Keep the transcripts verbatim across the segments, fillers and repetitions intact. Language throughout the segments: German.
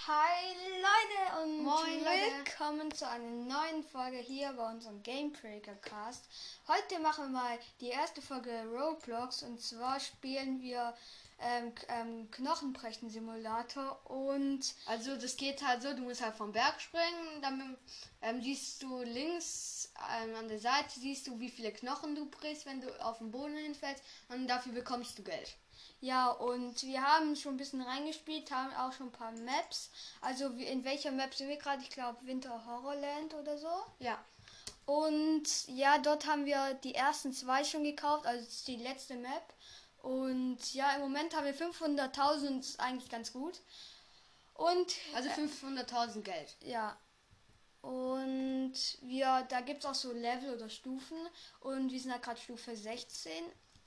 Hi Leute und Moin, willkommen Leute. zu einer neuen Folge hier bei unserem Gamebreaker Cast. Heute machen wir mal die erste Folge Roblox und zwar spielen wir ähm, ähm, Knochenbrechen Simulator und Also das geht halt so, du musst halt vom Berg springen, dann ähm, siehst du links ähm, an der Seite, siehst du, wie viele Knochen du brichst, wenn du auf den Boden hinfällst, und dafür bekommst du Geld. ja, und wir haben schon ein bisschen reingespielt, haben auch schon ein paar Maps. Also in welcher Map sind wir gerade? Ich glaube Winter Horrorland oder so. Ja. Und ja, dort haben wir die ersten zwei schon gekauft, also das ist die letzte Map. Und ja, im Moment haben wir fünfhunderttausend, ist eigentlich ganz gut. Und Also fünfhunderttausend Geld. ja, und wir, da gibt es auch so Level oder Stufen und wir sind ja gerade Stufe sechzehn.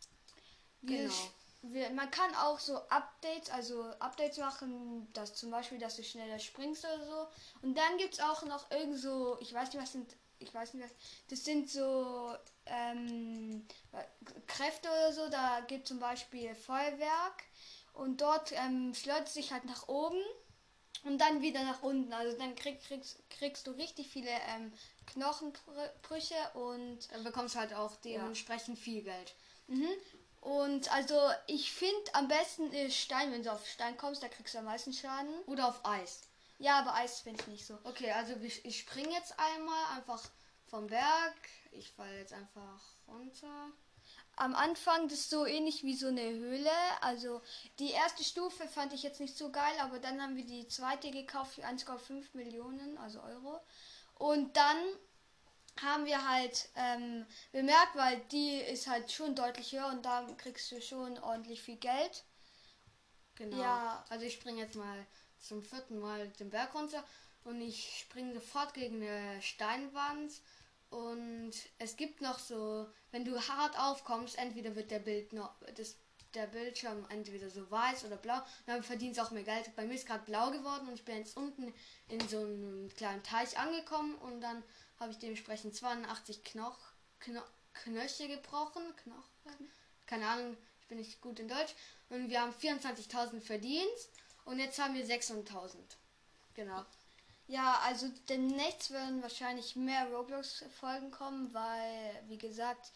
Wir, Genau. wir, man kann auch so Updates, also Updates machen, dass zum Beispiel, dass du schneller springst oder so. Und dann gibt es auch noch irgend so, ich weiß nicht, was sind, ich weiß nicht, was, das sind so ähm, Kräfte oder so, da gibt zum Beispiel Feuerwerk und dort ähm, schleudert sich halt nach oben und dann wieder nach unten. Also dann krieg, kriegst, kriegst du richtig viele ähm, Knochenbrüche und Dann bekommst du halt auch dementsprechend ja. viel Geld. Mhm. Und also ich finde am besten ist Stein, wenn du auf Stein kommst, da kriegst du am meisten Schaden. Oder auf Eis. Ja, aber Eis finde ich nicht so. Okay, also ich, ich springe jetzt einmal einfach vom Berg. Ich falle jetzt einfach runter. Am Anfang das ist so ähnlich wie so eine Höhle. Also die erste Stufe fand ich jetzt nicht so geil, aber dann haben wir die zweite gekauft für eins Komma fünf Millionen, also Euro. Und dann haben wir halt ähm, bemerkt, weil die ist halt schon deutlich höher und da kriegst du schon ordentlich viel Geld. Genau. Ja. Also ich springe jetzt mal zum vierten Mal den Berg runter und ich springe sofort gegen eine Steinwand. Und es gibt noch so, wenn du hart aufkommst, entweder wird der Bild noch, das, der Bildschirm entweder so weiß oder blau, dann verdienst du auch mehr Geld. Bei mir ist gerade blau geworden und ich bin jetzt unten in so einem kleinen Teich angekommen und dann habe ich dementsprechend zweiundachtzig Knoch, Kno, Knöche gebrochen. Knochen? Keine Ahnung, ich bin nicht gut in Deutsch. Und wir haben vierundzwanzigtausend verdient und jetzt haben wir sechshunderttausend. Genau. Ja, also demnächst werden wahrscheinlich mehr Roblox-Folgen kommen, weil, wie gesagt,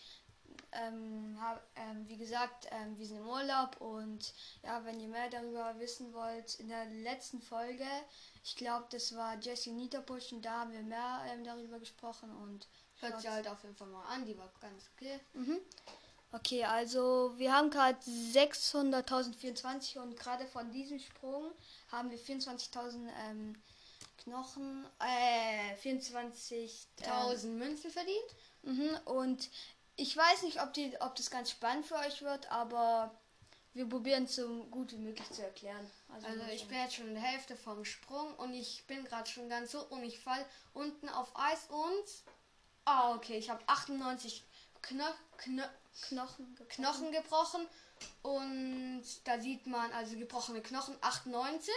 ähm, hab, ähm, wie gesagt, ähm, wir sind im Urlaub und ja, wenn ihr mehr darüber wissen wollt, in der letzten Folge, ich glaube, das war Jessie Niederbusch und da haben wir mehr ähm, darüber gesprochen und hört sich halt auf jeden Fall mal an, die war ganz okay. Mhm. Okay, also wir haben gerade sechshunderttausendvierundzwanzig und gerade von diesem Sprung haben wir vierundzwanzigtausend ähm, Knochen, äh, vierundzwanzigtausend ähm, Münzen verdient. Mhm, und ich weiß nicht, ob, die, ob das ganz spannend für euch wird, aber wir probieren es so gut wie möglich zu erklären. Also, also ich bin jetzt schon in der Hälfte vom Sprung und ich bin gerade schon ganz hoch und ich fall unten auf Eis und... Ah, oh, okay, ich habe achtundneunzig Kno Kno Knochen, gebrochen. Knochen gebrochen und da sieht man, also gebrochene Knochen achtundneunzig.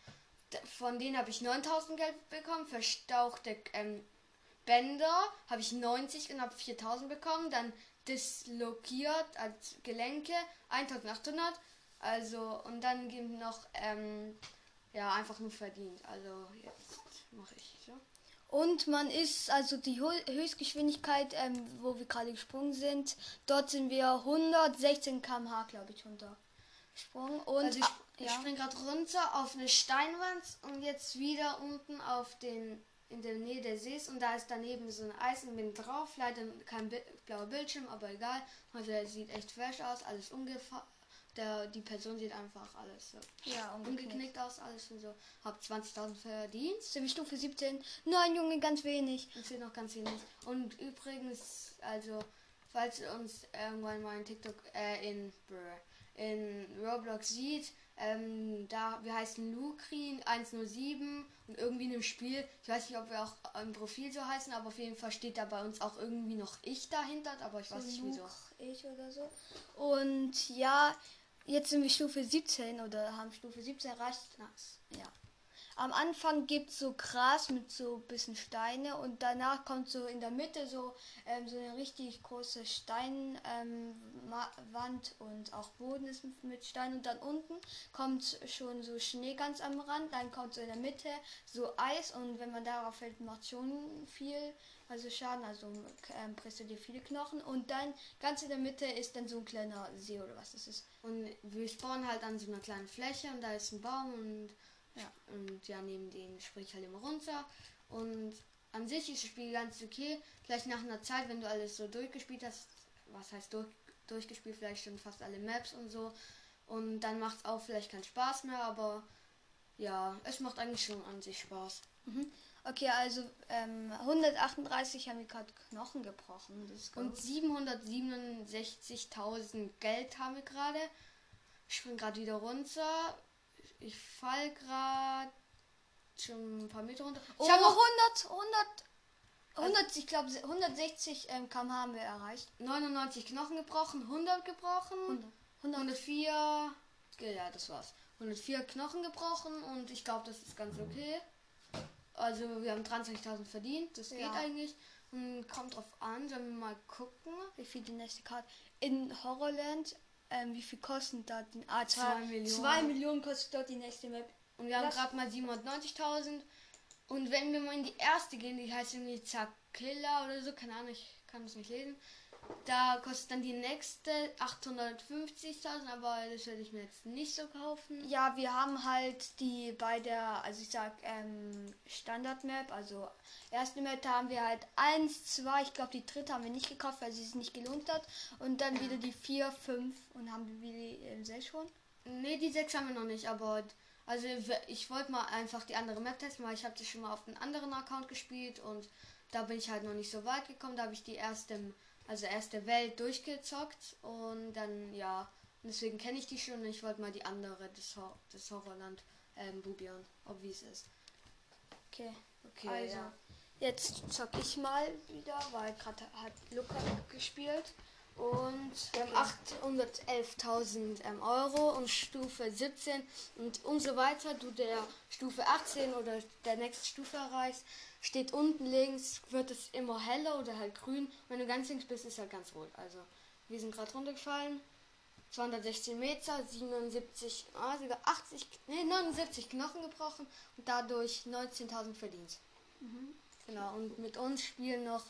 Von denen habe ich neuntausend Geld bekommen. Verstauchte ähm, Bänder habe ich neunzig und habe viertausend bekommen. Dann dislokiert als Gelenke eintausendachthundert. Also und dann gibt noch ähm, ja einfach nur verdient. Also jetzt mache ich so. Und man ist, also die Höchstgeschwindigkeit, ähm, wo wir gerade gesprungen sind, dort sind wir hundertsechzehn Kilometer pro Stunde, glaube ich, runtergesprungen. Und also ich, ah, ich ja. springe gerade runter auf eine Steinwand und jetzt wieder unten auf den, in der Nähe des Sees und da ist daneben so ein Eis und bin drauf. Leider kein Bi blauer Bildschirm, aber egal. Also er sieht echt fresh aus, alles umgefallen. Der, die Person sieht einfach alles so ja, umgeknickt. umgeknickt aus, alles und so. Hab zwanzigtausend verdient. Sind wir Stufe siebzehn? Nein, Junge, ganz wenig. Es fehlt noch ganz wenig. Und übrigens, also, falls ihr uns irgendwann mal in TikTok, äh, in, in Roblox sieht, ähm, da, wir heißen Lukrin eins null sieben und irgendwie in einem Spiel, ich weiß nicht, ob wir auch im Profil so heißen, aber auf jeden Fall steht da bei uns auch irgendwie noch ich dahinter, aber ich so weiß nicht wieso. Ich oder so. Und ja, jetzt sind wir Stufe siebzehn oder haben Stufe siebzehn erreicht. Ja. am Anfang gibt es so Gras mit so ein bisschen Steine und danach kommt so in der Mitte so, ähm, so eine richtig große Steinwand ähm, Wand und auch Boden ist mit Stein und dann unten kommt schon so Schnee ganz am Rand, dann kommt so in der Mitte so Eis und wenn man darauf fällt, macht schon viel, also Schaden, also ähm, presst du dir viele Knochen und dann ganz in der Mitte ist dann so ein kleiner See oder was das ist. Und wir spawnen halt an so einer kleinen Fläche und da ist ein Baum und ja, und ja, neben den springe ich halt immer runter. Und an sich ist das Spiel ganz okay. Vielleicht nach einer Zeit, wenn du alles so durchgespielt hast, was heißt durch, durchgespielt, vielleicht schon fast alle Maps und so. Und dann macht es auch vielleicht keinen Spaß mehr, aber ja, es macht eigentlich schon an sich Spaß. Mhm. Okay, also ähm, hundertachtunddreißig haben wir gerade Knochen gebrochen. Das ist und siebenhundertsiebenundsechzigtausend Geld haben wir gerade. Ich spring gerade wieder runter. Ich fall gerade schon ein paar Meter runter. Ich oh, habe noch hundert, hundert, hundert, ich glaube hundertsechzig ähm, Kilometer pro Stunde haben wir erreicht. neunundneunzig Knochen gebrochen, hundert gebrochen, hundert, hundert. hundertvier, ja, das war's. hundertvier Knochen gebrochen und ich glaube, das ist ganz okay. Also wir haben dreiundzwanzigtausend verdient, das geht ja eigentlich. Und kommt drauf an, sollen wir mal gucken, wie viel die nächste Karte. In Horrorland, ähm, wie viel kosten da die ah, zwei Millionen. zwei Millionen kostet dort die nächste Map. Und wir haben gerade mal siebenhundertneunzigtausend. Und wenn wir mal in die erste gehen, die heißt irgendwie Zakilla oder so, keine Ahnung, ich kann das nicht lesen. Da kostet dann die nächste achthundertfünfzigtausend, aber das werde ich mir jetzt nicht so kaufen. Ja, wir haben halt die bei der, also ich sag ähm, Standard-Map, also erste Map haben wir halt eins, zwei, ich glaube die dritte haben wir nicht gekauft, weil sie es nicht gelohnt hat. Und dann wieder die vier, fünf und haben wir die äh, sechs schon? Ne, die sechs haben wir noch nicht, aber also ich wollte mal einfach die andere Map testen, weil ich habe sie schon mal auf einem anderen Account gespielt und da bin ich halt noch nicht so weit gekommen. Da habe ich die erste, also erste Welt durchgezockt und dann, ja, deswegen kenne ich die schon und ich wollte mal die andere, das, Hor das Horrorland, ähm, probieren, ob wie es ist. Okay, okay also ja. Jetzt zock ich mal wieder, weil gerade hat Luca gespielt. Und wir haben achthundertelftausend ähm, Euro und Stufe siebzehn und umso weiter du der Stufe achtzehn oder der nächste Stufe erreichst, steht unten links, wird es immer heller oder halt grün. Wenn du ganz links bist, ist halt ganz rot. Also wir sind gerade runtergefallen. zweihundertsechzehn Meter, siebenundsiebzig, ah, sogar achtzig, nee, neunundsiebzig Knochen gebrochen und dadurch neunzehntausend verdient. Mhm. Genau, und mit uns spielen noch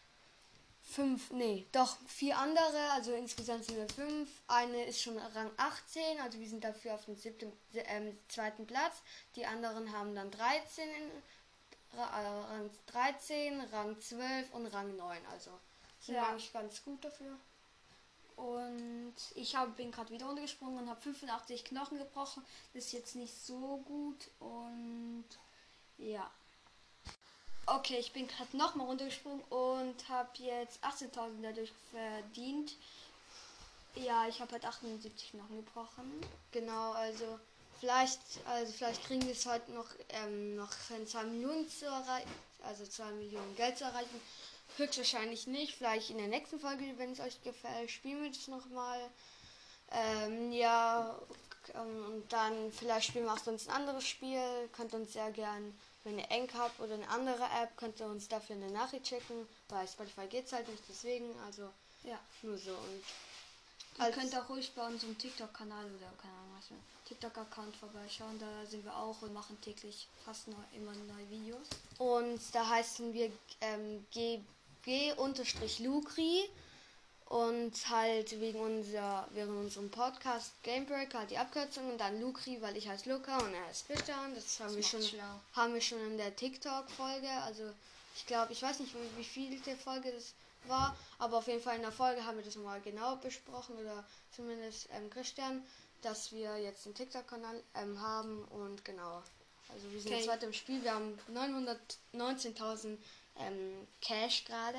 fünf, nee, doch vier andere, also insgesamt sind wir fünf. Eine ist schon Rang achtzehn, also wir sind dafür auf dem siebten, ähm, zweiten Platz. Die anderen haben dann dreizehn, äh, Rang dreizehn, Rang zwölf und Rang neun, also sind ja eigentlich ganz gut dafür. Und ich hab, bin gerade wieder runtergesprungen und habe fünfundachtzig Knochen gebrochen. Das ist jetzt nicht so gut und ja. Okay, ich bin gerade nochmal runtergesprungen und habe jetzt achtzehntausend dadurch verdient. Ja, ich habe halt achtundsiebzig Knochen gebrochen. Genau, also vielleicht, also vielleicht kriegen wir es heute noch, ähm, noch zwei Millionen zu erreichen, also zwei Millionen Geld zu erreichen. Höchstwahrscheinlich nicht, vielleicht in der nächsten Folge, wenn es euch gefällt, spielen wir das nochmal. Ähm, ja, und dann vielleicht spielen wir auch sonst ein anderes Spiel. Könnt uns sehr gern, wenn ihr Anchor habt oder eine andere App, könnt ihr uns dafür eine Nachricht schicken. Bei Spotify geht es halt nicht, deswegen, also ja, nur so. Und ihr könnt auch ruhig bei unserem TikTok-Kanal oder keine Ahnung was, TikTok-Account vorbeischauen. Da sind wir auch und machen täglich fast neu, immer neue Videos. Und da heißen wir ähm, G G-Lukri und halt wegen unser während unserem Podcast Gamebreaker halt die Abkürzung und dann Lukri, weil ich heiße Luca und er heißt Fischer. Das haben das wir schon schlau. haben wir schon in der TikTok-Folge. Also ich glaube, ich weiß nicht, wie, wie viel der Folge das war, aber auf jeden Fall in der Folge haben wir das mal genau besprochen oder zumindest ähm, Christian, dass wir jetzt einen TikTok-Kanal ähm, haben und genau. Also wir sind okay. Jetzt weiter im Spiel. Wir haben neunhundertneunzehntausend ähm, Cash gerade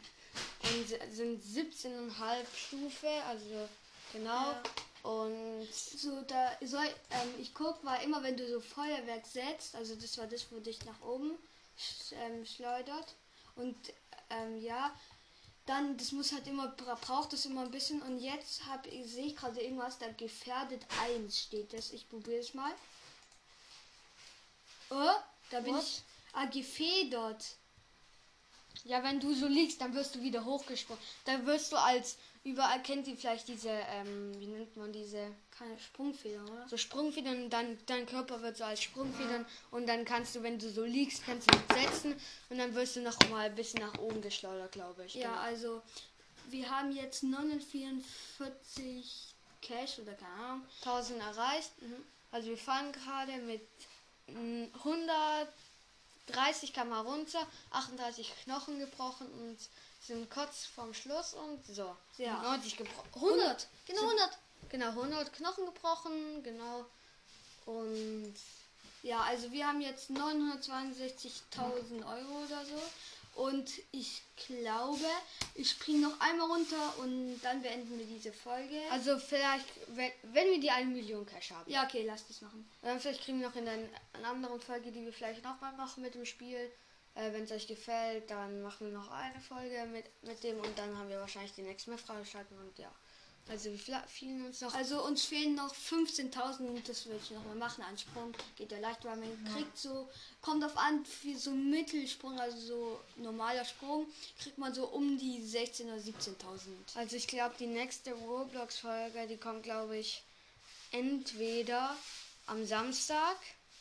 und sind siebzehn Komma fünf Stufe, also genau. Ja. Und so da soll ähm, ich guck, weil immer wenn du so Feuerwerk setzt, also das war das, wo dich nach oben sch, ähm, schleudert und ähm, ja, dann das muss halt immer braucht es immer ein bisschen und jetzt habe ich sehe ich gerade irgendwas, da gefährdet eins steht das. Ich probiere es mal. Oh, da bin What? ich ah, gefedert. Ja, wenn du so liegst, dann wirst du wieder hochgesprungen. Dann wirst du als, überall kennt ihr vielleicht diese, ähm, wie nennt man diese, Keine Sprungfeder, oder? so Sprungfedern, und dann dein Körper wird so als Sprungfedern und dann kannst du, wenn du so liegst, kannst du dich setzen und dann wirst du noch mal ein bisschen nach oben geschleudert, glaube ich. Ja, Genau. also wir haben jetzt neunhundertvierundvierzig Cash oder keine Ahnung. tausend erreicht. Mhm. Also wir fahren gerade mit mm, hundertdreißig Kilometer runter, achtunddreißig Knochen gebrochen und sind kurz vorm Schluss und so. Ja. neunzig gebrochen. hundert. Genau hundert. Genau, hundert Knochen gebrochen, genau. Und Ja, also wir haben jetzt neunhundertzweiundsechzigtausend Euro oder so. Und ich glaube, ich springe noch einmal runter und dann beenden wir diese Folge. also vielleicht, wenn, wenn wir die eine Million Cash haben. Ja, okay, lass das machen. Dann vielleicht kriegen wir noch in der, einer anderen Folge, die wir vielleicht nochmal machen mit dem Spiel. Äh, wenn es euch gefällt, dann machen wir noch eine Folge mit, mit dem und dann haben wir wahrscheinlich die nächste mehr freigeschalten und ja. Also wir fehlen uns noch. Also uns fehlen noch fünfzehntausend und das will ich nochmal machen. Ein Sprung geht ja leicht, weil man kriegt so, kommt auf an, für so Mittelsprung, also so normaler Sprung, kriegt man so um die sechzehntausend oder siebzehntausend. Also ich glaube, die nächste Roblox-Folge, die kommt, glaube ich, entweder am Samstag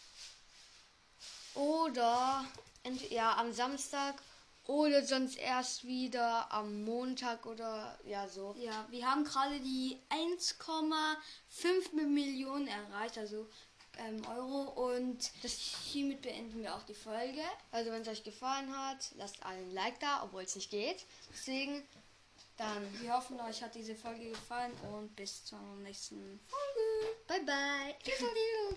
oder ent ja am Samstag oder sonst erst wieder am Montag oder ja so. Ja, wir haben gerade die eins Komma fünf Millionen erreicht, also ähm, Euro und das, hiermit beenden wir auch die Folge. Also wenn es euch gefallen hat, lasst einen Like da, obwohl es nicht geht. Deswegen dann Wir hoffen, euch hat diese Folge gefallen und bis zur nächsten Folge. bye bye. Tschüss.